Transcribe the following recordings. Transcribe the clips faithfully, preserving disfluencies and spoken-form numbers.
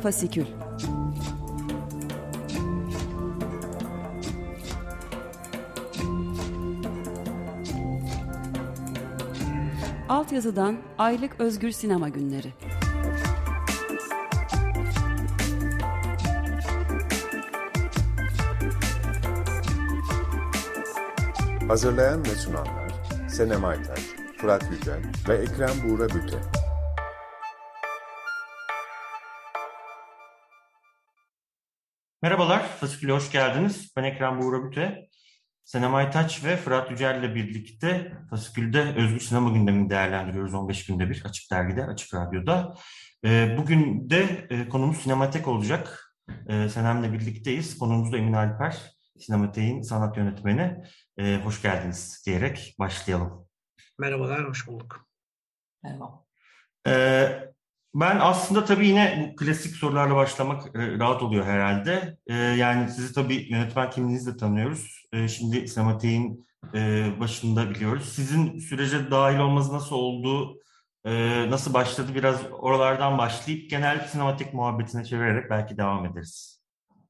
Fasikül. Altyazıdan Aylık Özgür Sinema Günleri. Hazırlayan ve sunanlar Senem Aytaç, Fırat Yücel ve Ekrem Buğra Büte. Merhabalar, Fasikül'e hoş geldiniz. Ben Ekrem Buğra Büte. Senem Aytaç ve Fırat Yücel ile birlikte Fasikül'de Özgür Sinema gündemini değerlendiriyoruz on beş günde bir Açık Dergi'de, Açık Radyo'da. Bugün de konumuz Sinematek olacak. Senem'le birlikteyiz. Konuğumuz da Emin Alper, Sinematek'in sanat yönetmeni. Hoş geldiniz diyerek başlayalım. Merhabalar, hoş bulduk. Merhaba. Ee, ben aslında tabii yine bu klasik sorularla başlamak e, rahat oluyor herhalde. E, yani sizi tabii yönetmen kimliğinizle tanıyoruz. E, şimdi Sinematek'in e, başında biliyoruz. Sizin sürece dahil olmanız nasıl oldu, e, nasıl başladı, biraz oralardan başlayıp genel Sinematek muhabbetine çevirerek belki devam ederiz.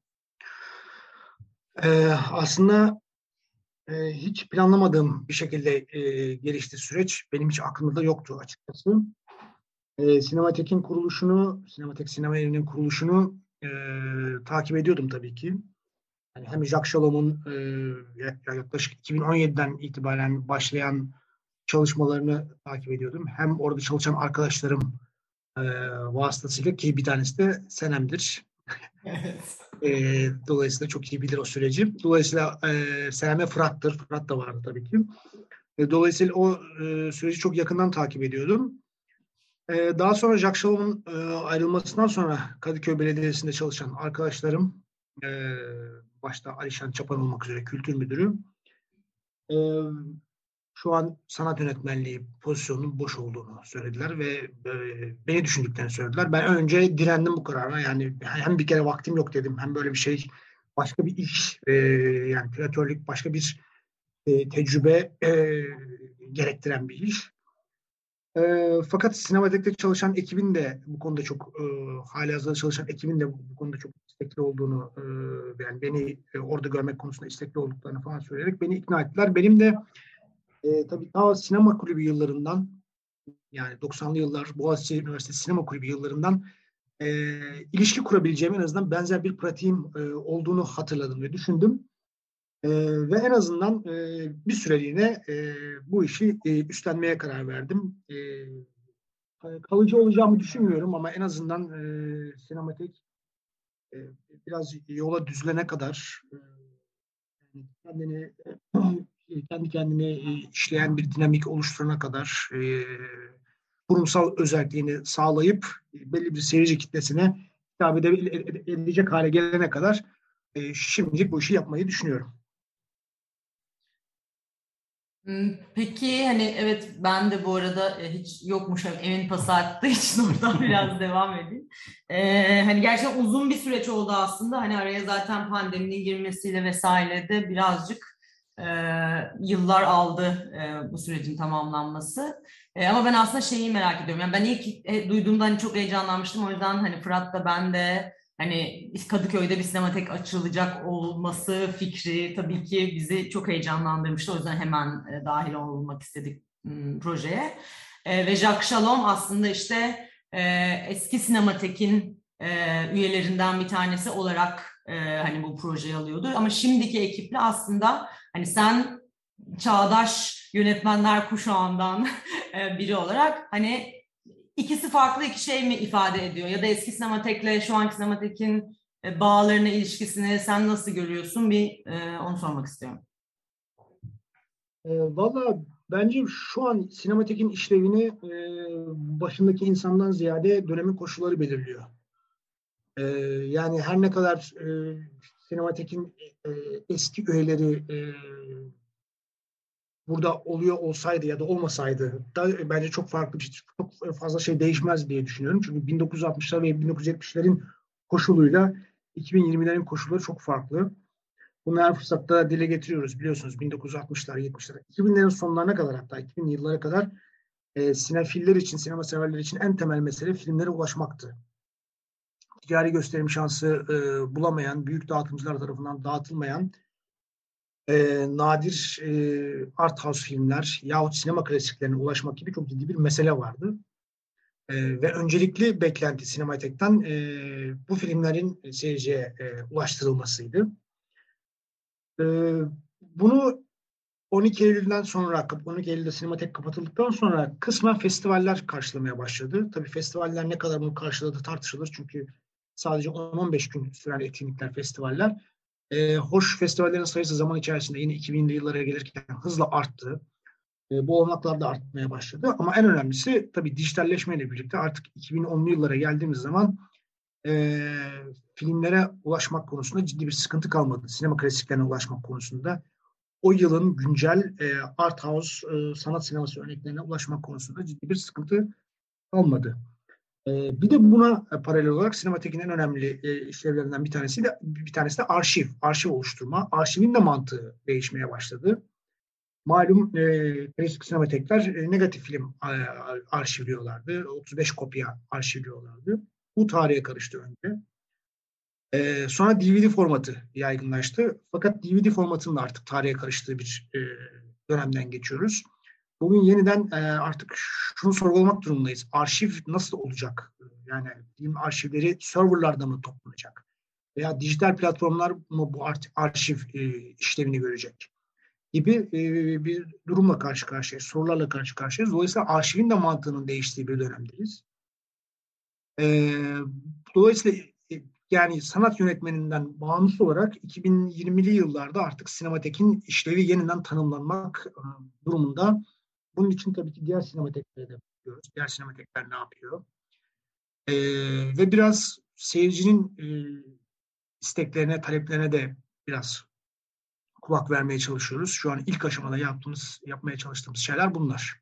Ee, aslında e, hiç planlamadığım bir şekilde e, gelişti süreç. Benim hiç aklımda da yoktu açıkçası. E, Sinematek'in kuruluşunu, Sinematek Sinema Evi'nin kuruluşunu e, takip ediyordum tabii ki. Yani hem Jacques Chalom'un e, yaklaşık iki bin on yediden itibaren başlayan çalışmalarını takip ediyordum. Hem orada çalışan arkadaşlarım e, vasıtasıyla, ki bir tanesi de Senem'dir. Evet. E, dolayısıyla çok iyi bilir o süreci. Dolayısıyla e, Senem ve Fırat'tır. Fırat da vardı tabii ki. E, dolayısıyla o e, süreci çok yakından takip ediyordum. E, daha sonra Jacques Chalom'un e, ayrılmasından sonra Kadıköy Belediyesi'nde çalışan arkadaşlarım, e, başta Alişan Çapan olmak üzere kültür müdürü, e, şu an sanat yönetmenliği pozisyonunun boş olduğunu söylediler ve e, beni düşündüklerini söylediler. Ben önce direndim bu karara. Yani hem bir kere vaktim yok dedim, hem böyle bir şey, başka bir iş, e, yani küratörlük başka bir e, tecrübe e, gerektiren bir iş. E, fakat Sinematek'te çalışan ekibin de bu konuda çok, e, halihazırda çalışan ekibin de bu, bu konuda çok istekli olduğunu, e, yani beni e, orada görmek konusunda istekli olduklarını falan söyleyerek beni ikna ettiler. Benim de E, tabii ta sinema kulübü yıllarından, yani doksanlı yıllar Boğaziçi Üniversitesi Sinema Kulübü yıllarından e, ilişki kurabileceğim, en azından benzer bir pratiğim e, olduğunu hatırladım ve düşündüm. E, ve en azından e, bir süreliğine e, bu işi e, üstlenmeye karar verdim. E, kalıcı olacağımı düşünmüyorum ama en azından e, Sinematek e, biraz yola düzülene kadar e, yani kendini kendi kendine işleyen bir dinamik oluşturana kadar e, kurumsal özelliğini sağlayıp belli bir seyirci kitlesine hitap edecek hale gelene kadar e, şimdilik bu işi yapmayı düşünüyorum. Peki hani evet, ben de bu arada hiç yokmuş Emin pası attığı için oradan biraz devam edeyim. Ee, hani gerçekten uzun bir süreç oldu aslında. Hani araya zaten pandeminin girmesiyle vesaire de birazcık e, yıllar aldı e, bu sürecin tamamlanması. E, ama ben aslında şeyi merak ediyorum. Yani ben ilk e, duyduğumda hani çok heyecanlanmıştım. O yüzden hani Fırat da ben de hani Kadıköy'de bir sinematek açılacak olması fikri tabii ki bizi çok heyecanlandırmıştı. O yüzden hemen e, dahil olmak istedik m, projeye. E, ve Jacques Chalom aslında işte e, eski sinematekin e, üyelerinden bir tanesi olarak e, hani bu projeyi alıyordu. Ama şimdiki ekiple aslında hani sen çağdaş yönetmenler kuşağından biri olarak hani İkisi farklı iki şey mi ifade ediyor? Ya da eski sinematekle şu anki sinematekin bağlarına, ilişkisini sen nasıl görüyorsun? Bir e, onu sormak istiyorum. E, Valla bence şu an sinematekin işlevini e, başındaki insandan ziyade dönemin koşulları belirliyor. E, yani her ne kadar e, sinematekin e, eski üyeleri e, burada oluyor olsaydı ya da olmasaydı da bence çok farklı bir şey, çok fazla şey değişmez diye düşünüyorum. Çünkü bin dokuz yüz altmışlar ve bin dokuz yüz yetmişlerin koşuluyla iki bin yirmilerin koşulları çok farklı. Bunu her fırsatta dile getiriyoruz, biliyorsunuz. bin dokuz yüz altmışlar, yetmişler, iki binlerin sonlarına kadar, hatta iki binli yıllara kadar e, sinefiller için, sinema severler için en temel mesele filmlere ulaşmaktı. ticari gösterim şansı e, bulamayan, büyük dağıtımcılar tarafından dağıtılmayan e, nadir e, art house filmler yahut sinema klasiklerine ulaşmak gibi çok ciddi bir mesele vardı. E, ve öncelikli beklenti Sinematek'ten e, bu filmlerin seyirciye e, ulaştırılmasıydı. E, bunu on iki Eylül'den sonra, on iki Eylül'de Sinematek kapatıldıktan sonra kısmen festivaller karşılamaya başladı. Tabii festivaller ne kadar bunu karşıladı tartışılır. Çünkü sadece on on beş gün süren etkinlikler, festivaller. Ee, hoş festivallerin sayısı zaman içerisinde yine iki binli yıllara gelirken hızla arttı. Ee, bu olanaklar da artmaya başladı. Ama en önemlisi tabii dijitalleşmeyle birlikte artık iki bin onlu yıllara geldiğimiz zaman e, filmlere ulaşmak konusunda ciddi bir sıkıntı kalmadı. Sinema klasiklerine ulaşmak konusunda. O yılın güncel e, art house e, sanat sineması örneklerine ulaşmak konusunda ciddi bir sıkıntı olmadı. E, bir de buna e, paralel olarak Sinematek'in en önemli e, işlevlerinden bir tanesi de bir tanesi de arşiv, arşiv oluşturma. Arşivin de mantığı değişmeye başladı. Malum e, klasik sinematekler e, negatif film e, arşivliyorlardı. otuz beş kopya arşivliyorlardı. Bu tarihe karıştı önce. Ee, sonra D V D formatı yaygınlaştı. Fakat D V D formatının da artık tarihe karıştığı bir e, dönemden geçiyoruz. Bugün yeniden e, artık şunu sorgulamak durumundayız. Arşiv nasıl olacak? Yani film arşivleri serverlarda mı toplanacak? Veya dijital platformlar mı bu arşiv e, işlevini görecek? Gibi e, bir durumla karşı karşıyayız. Sorularla karşı karşıyayız. Dolayısıyla arşivin de mantığının değiştiği bir dönemdeyiz. E, dolayısıyla yani sanat yönetmeninden bağımsız olarak iki bin yirmili yıllarda artık Sinematek'in işlevi yeniden tanımlanmak durumunda. Bunun için tabii ki diğer sinemateklere de bakıyoruz. Diğer sinematekler ne yapıyor? Ee, ve biraz seyircinin e, isteklerine, taleplerine de biraz kulak vermeye çalışıyoruz. Şu an ilk aşamada yaptığımız, yapmaya çalıştığımız şeyler bunlar.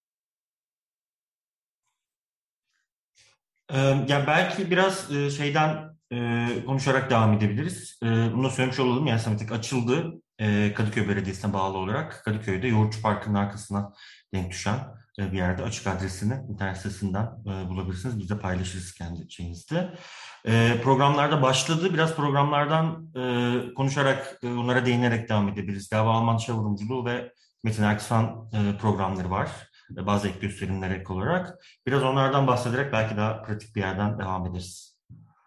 Ee, yani belki biraz e, şeyden e, konuşarak devam edebiliriz. E, bunu da söylemiş olalım. Yani Sinematek açıldı. E, Kadıköy Belediyesi'ne bağlı olarak. Kadıköy'de Yoğurtçu Parkı'nın arkasına denk düşen e, bir yerde açık adresini internet sitesinden e, bulabilirsiniz. Biz de paylaşırız kendi şeyinizde. E, programlarda başladı. Biraz programlardan e, konuşarak, e, onlara değinerek devam edebiliriz. Galiba Alman Çavurumculuğu ve Metin Erksan e, programları var. Bazı ek gösterimlere ek olarak. Biraz onlardan bahsederek belki daha pratik bir yerden devam ederiz.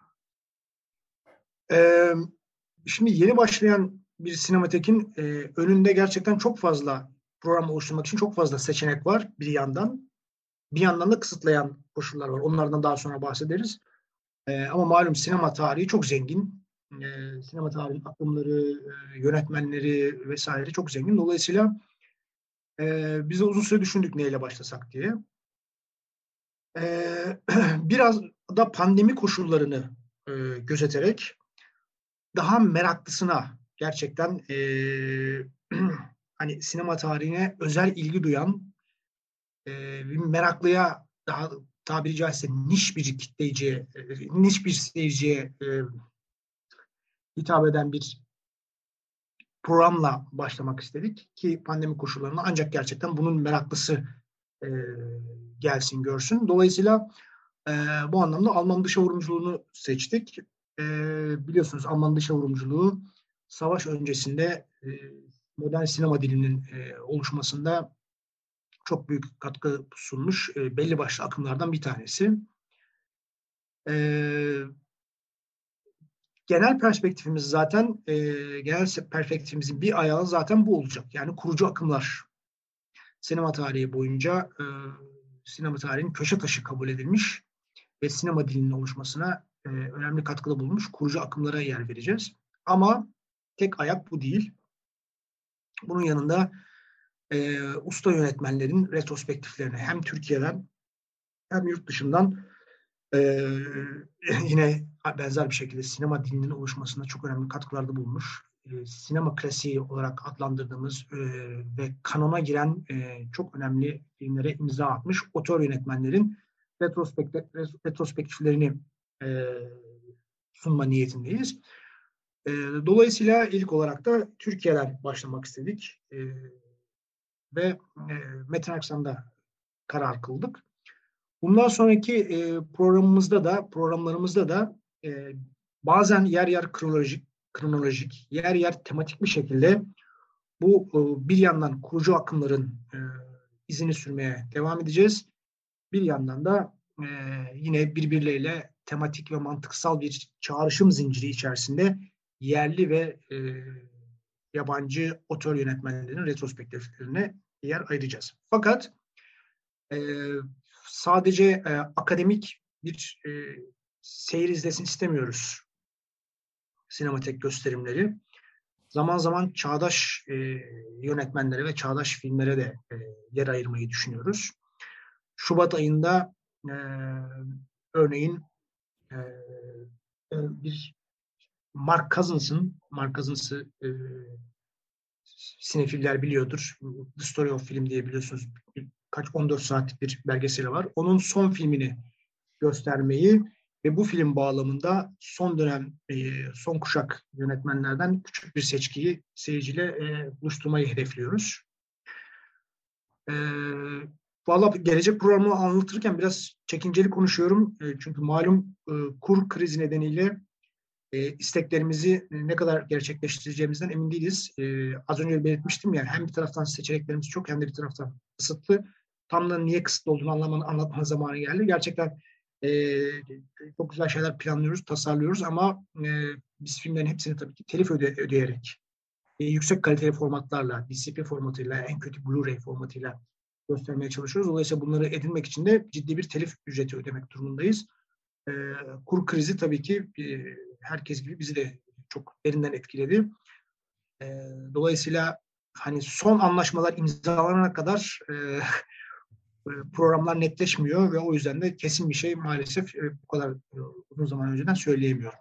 Ee, şimdi yeni başlayan bir sinematekin e, önünde gerçekten çok fazla program oluşturmak için çok fazla seçenek var bir yandan. Bir yandan da kısıtlayan koşullar var. Onlardan daha sonra bahsederiz. Ee, ama malum sinema tarihi çok zengin. Ee, sinema tarihinin akımları, e, yönetmenleri vesaire çok zengin. Dolayısıyla e, biz de uzun süre düşündük neyle başlasak diye. Ee, biraz da pandemi koşullarını e, gözeterek daha meraklısına gerçekten e, hani sinema tarihine özel ilgi duyan e, bir meraklıya daha tabiri caizse niş bir kitleyiciye, e, niş bir seyirciye e, hitap eden bir programla başlamak istedik ki pandemi koşullarında ancak gerçekten bunun meraklısı e, gelsin görsün. Dolayısıyla e, bu anlamda Alman dışavurumculuğunu seçtik. E, biliyorsunuz Alman dışavurumculuğu savaş öncesinde e, modern sinema dilinin e, oluşmasında çok büyük katkı sunmuş e, belli başlı akımlardan bir tanesi. E, genel perspektifimiz zaten e, genel perspektifimizin bir ayağı zaten bu olacak. Yani kurucu akımlar. Sinema tarihi boyunca e, sinema tarihinin köşe taşı kabul edilmiş ve sinema dilinin oluşmasına e, önemli katkıda bulunmuş kurucu akımlara yer vereceğiz. Ama tek ayak bu değil. Bunun yanında e, usta yönetmenlerin retrospektiflerini hem Türkiye'den hem yurt dışından e, yine benzer bir şekilde sinema dilinin oluşmasında çok önemli katkılarda bulunmuş. E, sinema klasiği olarak adlandırdığımız e, ve kanona giren e, çok önemli filmlere imza atmış otör yönetmenlerin retrospektif, retrospektiflerini e, sunma niyetindeyiz. E, dolayısıyla ilk olarak da Türkiye'den başlamak istedik. E, ve e, Metin Erksan'da karar kıldık. Bundan sonraki e, programımızda da programlarımızda da e, bazen yer yer kronolojik, kronolojik, yer yer tematik bir şekilde bu e, bir yandan kurucu akımların e, izini sürmeye devam edeceğiz. Bir yandan da e, yine birbirleriyle tematik ve mantıksal bir çağrışım zinciri içerisinde yerli ve e, yabancı otör yönetmenlerin retrospektiflerine yer ayıracağız. Fakat e, sadece e, akademik bir e, seyir izlesin istemiyoruz sinematek gösterimleri. Zaman zaman çağdaş e, yönetmenlere ve çağdaş filmlere de e, yer ayırmayı düşünüyoruz. Şubat ayında e, örneğin e, e, bir Mark Cousins'ın, Mark Cousins'ı e, sinefiller biliyordur. The Story of Film diye biliyorsunuz. Kaç on dört saatlik bir belgeseli var. Onun son filmini göstermeyi ve bu film bağlamında son dönem e, son kuşak yönetmenlerden küçük bir seçkiyi seyirciyle e, buluşturmayı hedefliyoruz. E, Valla gelecek programı anlatırken biraz çekinceli konuşuyorum. E, çünkü malum e, kur krizi nedeniyle e, isteklerimizi ne kadar gerçekleştireceğimizden emin değiliz. E, az önce belirtmiştim yani hem bir taraftan seçeneklerimiz çok hem de bir taraftan kısıtlı. Tam da niye kısıtlı olduğunu anlamanın, anlatma zamanı geldi. Gerçekten e, çok güzel şeyler planlıyoruz, tasarlıyoruz ama e, biz filmlerin hepsini tabii ki telif öde, ödeyerek e, yüksek kaliteli formatlarla, D C P formatıyla, en kötü Blu-ray formatıyla göstermeye çalışıyoruz. Dolayısıyla bunları edinmek için de ciddi bir telif ücreti ödemek durumundayız. E, kur krizi tabii ki e, herkes gibi bizi de çok derinden etkiledi. E, dolayısıyla hani son anlaşmalar imzalanana kadar e, programlar netleşmiyor ve o yüzden de kesin bir şey maalesef e, bu kadar e, uzun zaman önceden söyleyemiyorum.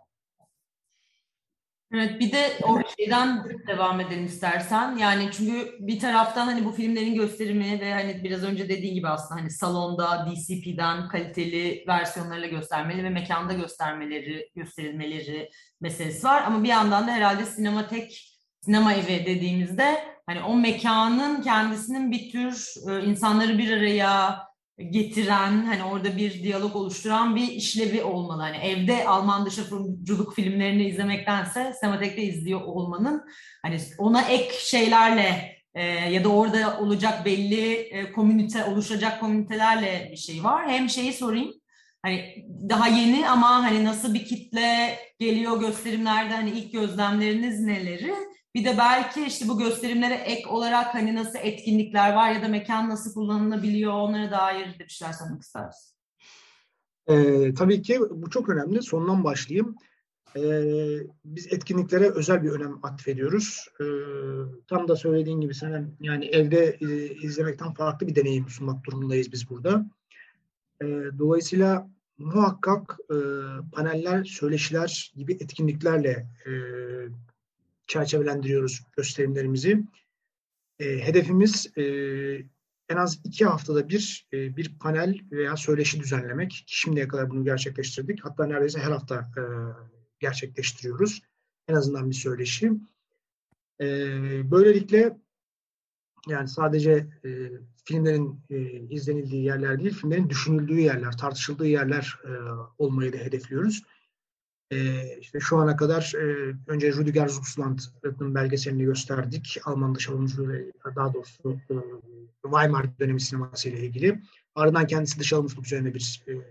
Evet, bir de o şeyden devam edelim istersen. Yani çünkü bir taraftan hani bu filmlerin gösterimi ve hani biraz önce dediğin gibi aslında hani salonda D C P'den kaliteli versiyonlarıyla göstermeli ve mekanda göstermeleri, gösterilmeleri meselesi var. Ama bir yandan da herhalde sinematek, sinema evi dediğimizde hani o mekanın kendisinin bir tür e, insanları bir araya getiren, hani orada bir diyalog oluşturan bir işlevi olmalı. Hani evde Alman dışapımcılık filmlerini izlemektense sinematekte izliyor olmanın hani ona ek şeylerle e, ya da orada olacak belli e, komünite, oluşacak komünitelerle bir şey var. Hem şeyi sorayım, hani daha yeni ama hani nasıl bir kitle geliyor gösterimlerde, hani ilk gözlemleriniz neleri? Bir de belki işte bu gösterimlere ek olarak hani nasıl etkinlikler var ya da mekan nasıl kullanılabiliyor, onlara dair de bir şeyler sormak isteriz. Ee, tabii ki bu çok önemli. Sondan başlayayım. Ee, biz etkinliklere özel bir önem atfediyoruz. Ee, tam da söylediğin gibi sen yani evde e, izlemekten farklı bir deneyim sunmak durumundayız biz burada. Ee, dolayısıyla muhakkak e, paneller, söyleşiler gibi etkinliklerle e, çerçevelendiriyoruz gösterimlerimizi. E, hedefimiz e, en az iki haftada bir e, bir panel veya söyleşi düzenlemek. Şimdiye kadar bunu gerçekleştirdik. Hatta neredeyse her hafta e, gerçekleştiriyoruz. En azından bir söyleşi. E, böylelikle yani sadece e, filmlerin e, izlenildiği yerler değil, filmlerin düşünüldüğü yerler, tartışıldığı yerler e, olmayı da hedefliyoruz. Ee, işte şu ana kadar e, önce Rüdiger Suchland'ın belgeselini gösterdik. Alman dışavurumculuğu ve daha doğrusu e, Weimar dönemi sineması ile ilgili. Ardından kendisi dışavurumculuk üzerine bir e,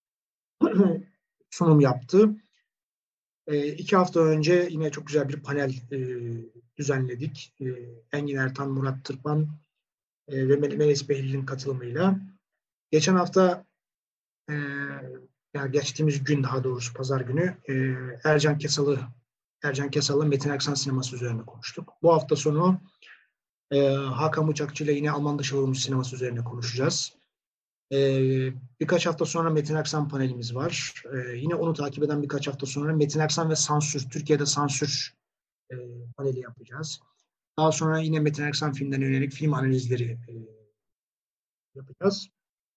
sunum yaptı. E, iki hafta önce yine çok güzel bir panel e, düzenledik. E, Engin Ertan, Murat Tırpan e, ve Melis Behlil'in katılımıyla. Geçen hafta e, yani geçtiğimiz gün daha doğrusu pazar günü e, Ercan Kesal'ı Ercan Kesal'la Metin Erksan sineması üzerine konuştuk. Bu hafta sonu e, Hakan Bıçakçı ile yine Alman dışavurumcu sineması üzerine konuşacağız. E, birkaç hafta sonra Metin Erksan panelimiz var. E, yine onu takip eden birkaç hafta sonra Metin Erksan ve sansür, Türkiye'de sansür e, paneli yapacağız. Daha sonra yine Metin Erksan filmlerine yönelik film analizleri e, yapacağız.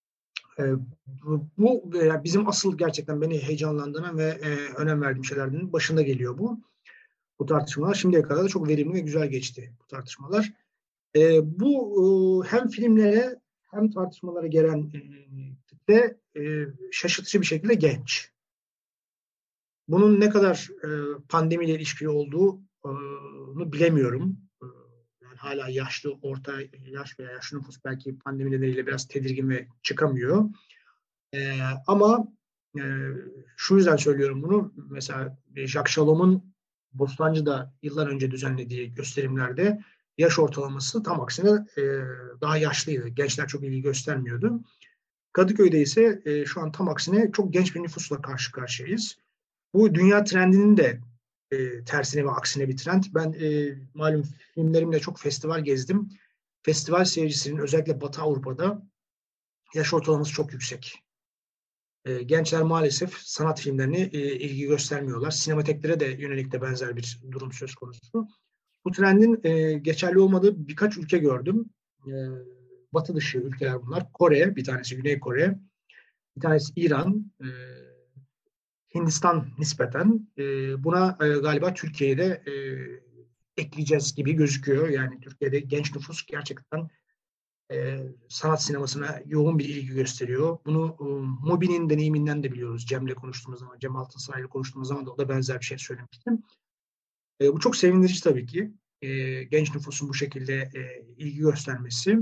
Bu bizim asıl gerçekten beni heyecanlandıran ve önem verdiğim şeylerden başında geliyor bu. Bu tartışmalar şimdiye kadar da çok verimli ve güzel geçti bu tartışmalar. Bu hem filmlere hem tartışmalara gelen kitle şaşırtıcı bir şekilde genç. bunun ne kadar e, pandemiyle ilişkili olduğunu bilemiyorum. E, yani hala yaşlı, orta yaş veya yaşlı nüfus belki pandemi nedeniyle biraz tedirgin ve çıkamıyor. E, ama e, şu yüzden söylüyorum bunu. Mesela Jacques Shalom'un Bostancı'da yıllar önce düzenlediği gösterimlerde yaş ortalaması tam aksine e, daha yaşlıydı. Gençler çok ilgi göstermiyordu. Kadıköy'de ise e, şu an tam aksine çok genç bir nüfusla karşı karşıyayız. Bu dünya trendinin de e, tersine ve aksine bir trend. Ben e, malum filmlerimle çok festival gezdim. Festival seyircisinin özellikle Batı Avrupa'da yaş ortalaması çok yüksek. E, gençler maalesef sanat filmlerine e, ilgi göstermiyorlar. Sinemateklere de yönelik de benzer bir durum söz konusu. Bu trendin e, geçerli olmadığı birkaç ülke gördüm. E, Batı dışı ülkeler bunlar. Kore, bir tanesi Güney Kore, bir tanesi İran, e, Hindistan nispeten. E, buna e, galiba Türkiye'de e, ekleyeceğiz gibi gözüküyor. Yani Türkiye'de genç nüfus gerçekten e, sanat sinemasına yoğun bir ilgi gösteriyor. Bunu e, Mubi'nin deneyiminden de biliyoruz. Cem'le konuştuğumuz zaman, Cem Altınsaray'la konuştuğumuz zaman da o da benzer bir şey söylemiştim. E, bu çok sevindirici tabii ki. E, genç nüfusun bu şekilde e, ilgi göstermesi.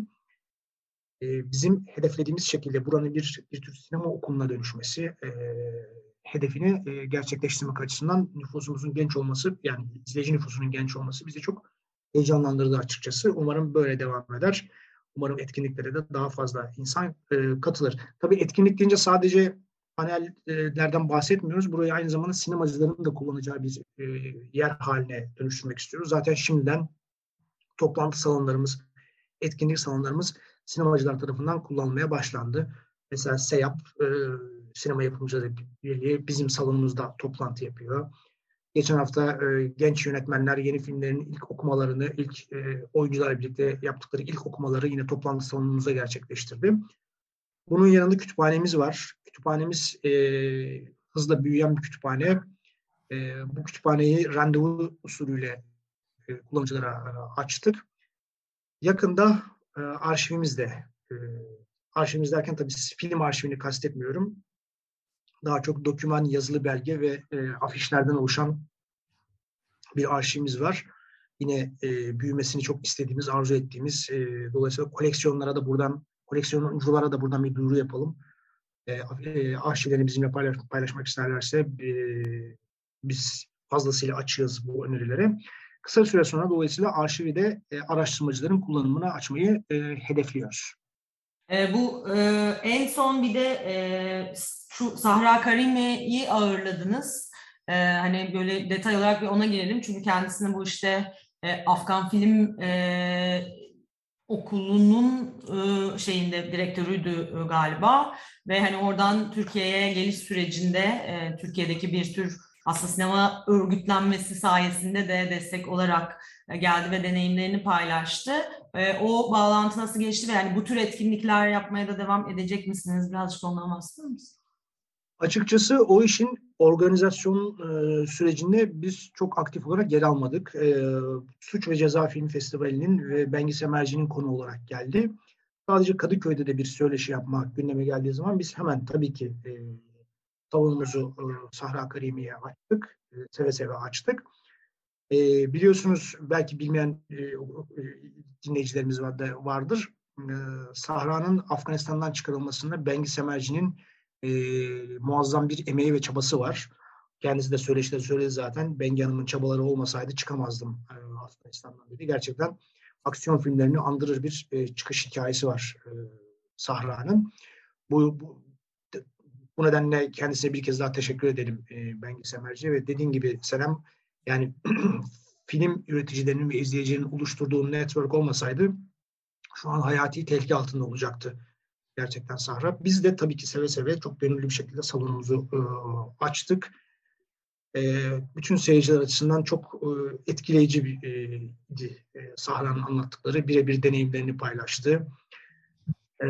E, bizim hedeflediğimiz şekilde buranın bir, bir tür sinema okuluna dönüşmesi, e, hedefini e, gerçekleştirmek açısından nüfusumuzun genç olması, yani izleyici nüfusunun genç olması bizi çok heyecanlandırdı açıkçası. Umarım böyle devam eder. Umarım etkinliklere de daha fazla insan e, katılır. Tabii etkinlik deyince sadece panellerden bahsetmiyoruz. Burayı aynı zamanda sinemacıların da kullanacağı bir e, yer haline dönüştürmek istiyoruz. Zaten şimdiden toplantı salonlarımız, etkinlik salonlarımız sinemacılar tarafından kullanılmaya başlandı. Mesela SEYAP, e, Sinema Yapımcıları Birliği bizim salonumuzda toplantı yapıyor. Geçen hafta e, genç yönetmenler yeni filmlerin ilk okumalarını, ilk e, oyuncularla birlikte yaptıkları ilk okumaları yine toplantı salonumuzda gerçekleştirdi. Bunun yanında kütüphanemiz var. Kütüphanemiz e, hızla büyüyen bir kütüphane. E, bu kütüphaneyi randevu usulüyle e, kullanıcılara e, açtık. Yakında e, arşivimiz de, e, arşivimiz derken tabii film arşivini kastetmiyorum. Daha çok doküman, yazılı belge ve e, afişlerden oluşan bir arşivimiz var. Yine e, büyümesini çok istediğimiz, arzu ettiğimiz, e, dolayısıyla koleksiyonlara da buradan, koleksiyonculara da buradan bir duyuru yapalım. E, e, arşivlerini bizimle paylaş, paylaşmak isterlerse e, biz fazlasıyla açığız bu önerilere. Kısa süre sonra dolayısıyla arşivi de e, araştırmacıların kullanımına açmayı e, hedefliyoruz. E, bu e, en son bir de e, şu Sahra Karimi'yi ağırladınız. E, hani böyle detay olarak bir ona girelim. Çünkü kendisinin bu işte e, Afgan Film e, Okulu'nun e, şeyinde direktörüydü e, galiba. Ve hani oradan Türkiye'ye geliş sürecinde e, Türkiye'deki bir tür aslında sinema örgütlenmesi sayesinde de destek olarak geldi ve deneyimlerini paylaştı. O bağlantı nasıl geçti ve yani bu tür etkinlikler yapmaya da devam edecek misiniz? Birazcık ondan bahseder misiniz? Açıkçası o işin organizasyon e, sürecinde biz çok aktif olarak yer almadık. E, Suç ve Ceza Film Festivali'nin ve Bengi Semerci'nin konu olarak geldi. Sadece Kadıköy'de de bir söyleşi yapmak gündeme geldiği zaman biz hemen tabii ki e, salonumuzu e, Sahra Karimi'ye açtık. E, seve seve açtık. E, biliyorsunuz belki bilmeyen e, dinleyicilerimiz var da, vardır. E, Sahra'nın Afganistan'dan çıkarılmasında Bengi Semerci'nin e, muazzam bir emeği ve çabası var. Kendisi de söyleşide söyledi zaten. Bengi Hanım'ın çabaları olmasaydı çıkamazdım e, Afganistan'dan dedi. Gerçekten aksiyon filmlerini andırır bir e, çıkış hikayesi var e, Sahra'nın. Bu, bu Bu nedenle kendisine bir kez daha teşekkür edelim e, Bengi Semerci'ye ve dediğin gibi Senem, yani film üreticilerinin ve izleyicilerin oluşturduğu network olmasaydı şu an hayati tehlike altında olacaktı gerçekten Sahra. Biz de tabii ki seve seve çok gönüllü bir şekilde salonumuzu e, açtık. E, bütün seyirciler açısından çok e, etkileyici bir e, e, Sahra'nın anlattıkları, birebir deneyimlerini paylaştı. E,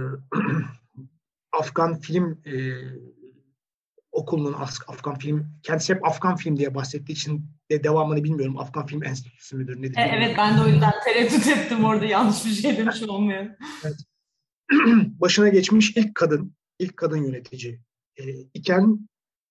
Afgan film e, okulunun Afgan film, kendisi hep Afgan film diye bahsettiği için de devamını bilmiyorum. Afgan Film Enstitüsü müdür nedir? E, evet, ben de o yüzden tereddüt ettim orada, yanlış bir şey demiş olmuyor. Evet. Başına geçmiş ilk kadın, ilk kadın yönetici e, iken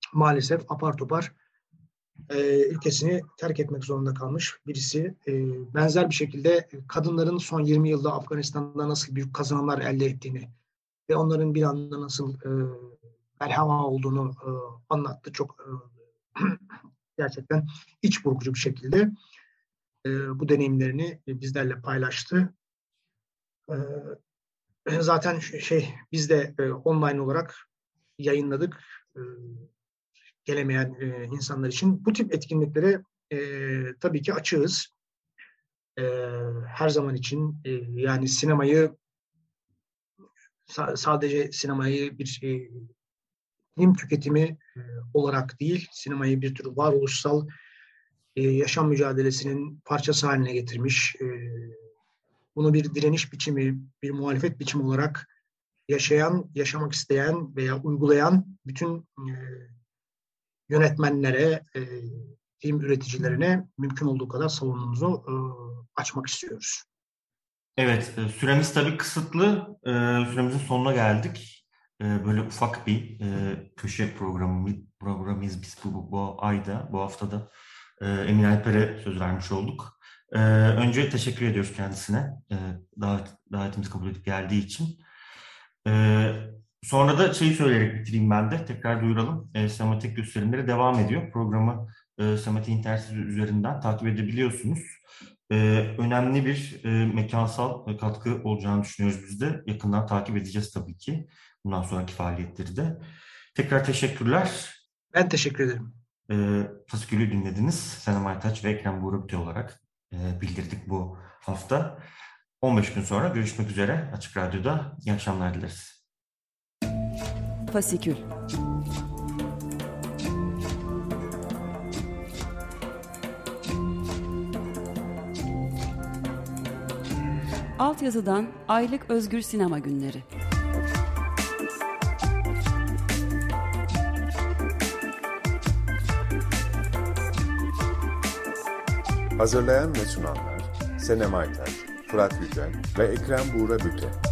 maalesef apar topar e, ülkesini terk etmek zorunda kalmış birisi. E, benzer bir şekilde kadınların son yirmi yılda Afganistan'da nasıl büyük kazanımlar elde ettiğini ve onların bir anda nasıl e, merhaba olduğunu e, anlattı. Çok e, gerçekten iç burkucu bir şekilde e, bu deneyimlerini bizlerle paylaştı. E, zaten şey biz de e, online olarak yayınladık. E, gelemeyen e, insanlar için. Bu tip etkinliklere e, tabii ki açığız. E, her zaman için e, yani sinemayı sa- sadece sinemayı bir e, film tüketimi e, olarak değil, sinemayı bir tür varoluşsal e, yaşam mücadelesinin parçası haline getirmiş. E, bunu bir direniş biçimi, bir muhalefet biçimi olarak yaşayan, yaşamak isteyen veya uygulayan bütün e, yönetmenlere, e, film üreticilerine mümkün olduğu kadar salonumuzu e, açmak istiyoruz. Evet, e, süremiz tabii kısıtlı. E, süremizin sonuna geldik. E, böyle ufak bir e, köşe programı, programıyız biz bu, bu, bu ayda, bu haftada. E, Emin Alper'e söz vermiş olduk. E, önce teşekkür ediyoruz kendisine. E, davet, davetimizi kabul edip geldiği için. E, sonra da şeyi söyleyerek bitireyim ben de. Tekrar duyuralım. E, Sinematek gösterimleri devam ediyor. Programı e, Sinematek internet sitesi üzerinden takip edebiliyorsunuz. Ee, önemli bir e, mekansal katkı olacağını düşünüyoruz biz de. Yakından takip edeceğiz tabii ki. Bundan sonraki faaliyetleri de. Tekrar teşekkürler. Ben teşekkür ederim. Ee, Fasikül'ü dinlediniz. Senem Aytaç ve Ekrem Buğra Büte olarak e, bildirdik bu hafta. on beş gün sonra görüşmek üzere Açık Radyo'da. İyi akşamlar dileriz. Fasikül. Altyazıdan Aylık Özgür Sinema Günleri. Hazırlayan ve sunanlar Senem Aytaç, Fırat Yücel ve Ekrem Buğra Büte.